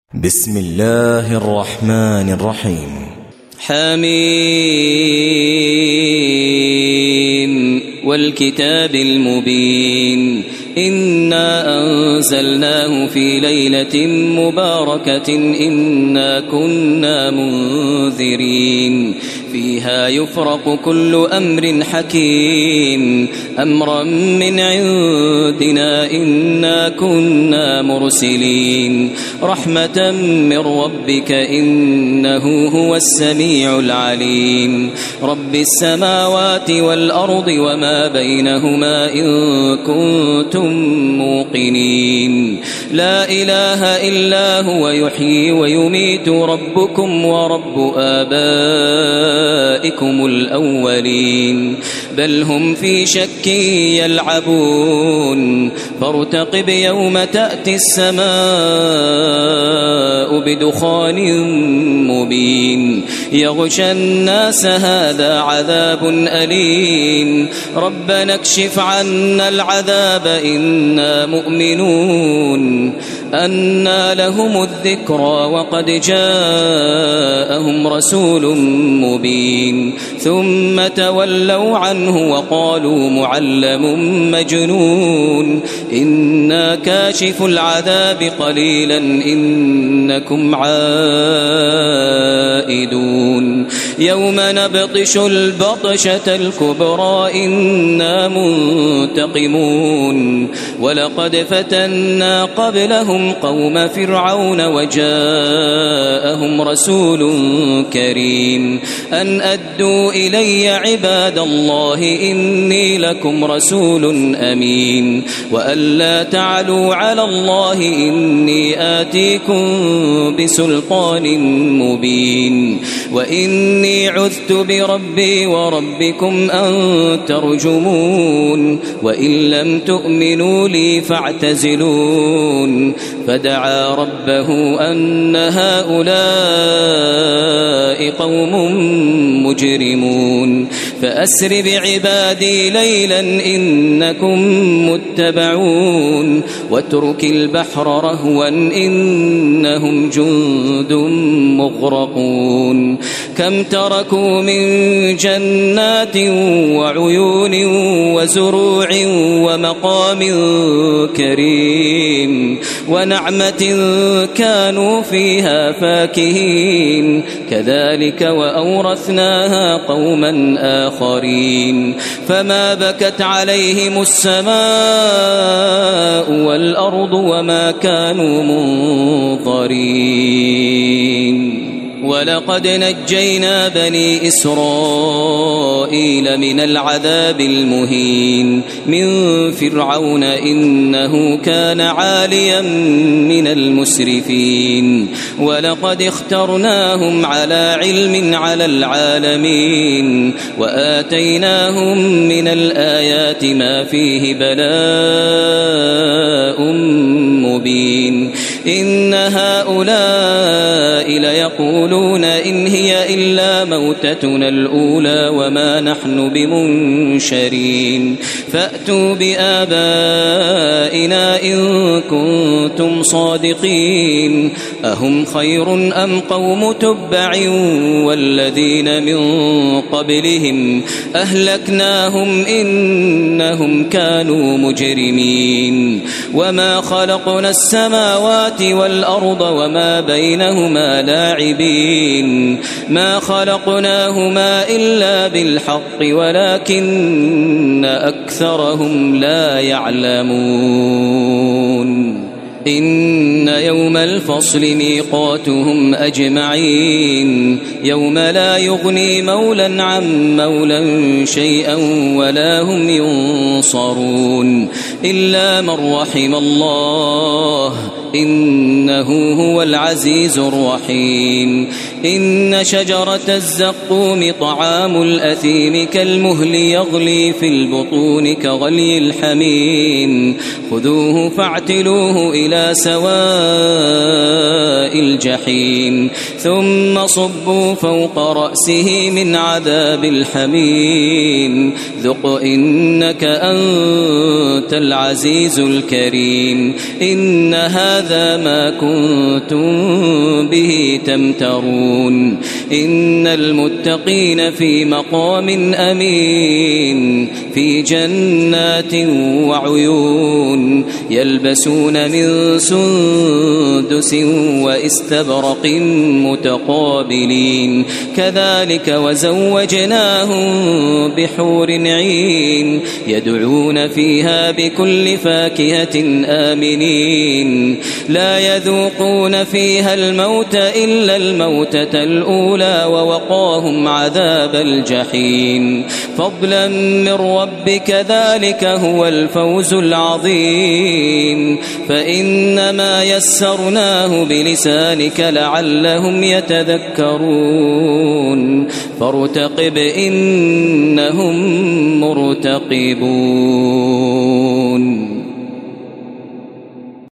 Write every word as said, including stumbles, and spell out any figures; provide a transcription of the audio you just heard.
بسم الله الرحمن الرحيم. حميم والكتاب المبين إنا أنزلناه في ليلة مباركة إنا كنا منذرين فيها يفرق كل أمر حكيم أمرا من عندنا إنا كنا مرسلين رحمة من ربك إنه هو السميع العليم رب السماوات والأرض وما بينهما إن كنتم موقنين لا إله إلا هو يحيي ويميت ربكم ورب آبائكم الأولين بل هم في شك يلعبون فارتقب يوم تأتي السماء بدخان مبين يغشى الناس هذا عذاب أليم ربنا اكشف عنا العذاب إنا مؤمنون أنى لهم الذكرى وقد جاءهم رسول مبين ثم تولوا عنه وقالوا معلم مجنون إنا كاشف العذاب قليلا إنكم عائدون يوم نبطش البطشة الكبرى إنا منتقمون ولقد فتنا قبلهم قوم فرعون وجاءهم رسول كريم أن أدوا إلي عباد الله إني لكم رسول أمين وأن لا تعلوا على الله إني آتيكم بسلطان مبين وإني عذت بربي وربكم أن ترجمون وإن لم تؤمنوا لي فاعتزلون فدعا ربه أن هؤلاء قوم مجرمون فأسر بعبادي ليلا إنكم متبعون واترك البحر رهوا إنهم جند مغرقون كم تركوا من جنات وعيون وزروع ومقام كريم ونعمة كانوا فيها فاكهين كذلك وأورثناها قوما آخرين فما بكت عليهم السماء والأرض وما كانوا منظرين ولقد نجينا بني إسرائيل من العذاب المهين من فرعون إنه كان عاليا من المسرفين ولقد اخترناهم على علم على العالمين وآتيناهم من الآيات ما فيه بلاء مبين إن هؤلاء ليقولون إن هي إلا موتتنا الأولى وما نحن بمنشرين فأتوا بآبائنا إن كنتم صادقين أهم خير أم قوم تبع والذين من قبلهم أهلكناهم إنهم كانوا مجرمين وما خلقنا السماوات والأرض وما بينهما لاعبين ما خلقناهما إلا بالحق ولكن أكثرهم لا يعلمون إن يوم الفصل ميقاتهم أجمعين يوم لا يغني مولا عن مولا شيئا ولا هم ينصرون إلا من رحم الله إنه هو العزيز الرحيم إن شجرة الزقوم طعام الأثيم كالمهل يغلي في البطون كغلي الحميم خذوه فاعتلوه إلى سواء الجحيم ثم صبوا فوق رأسه من عذاب الحميم ذق إنك أنت العزيز الكريم إن هذا ما كنتم به تمترون إن المتقين في مقام أمين في جنات وعيون يلبسون من سندس واستبرق متقابلين كذلك وزوجناهم بحور عين يدعون فيها بكل فاكهة آمنين لا يذوقون فيها الموت إلا الموتة الأولى ووقاهم عذاب الجحيم فضلا من ربك ذلك هو الفوز العظيم فإنما يسرناه بلسانك لعلهم يتذكرون فارتقب إنهم مرتقبون.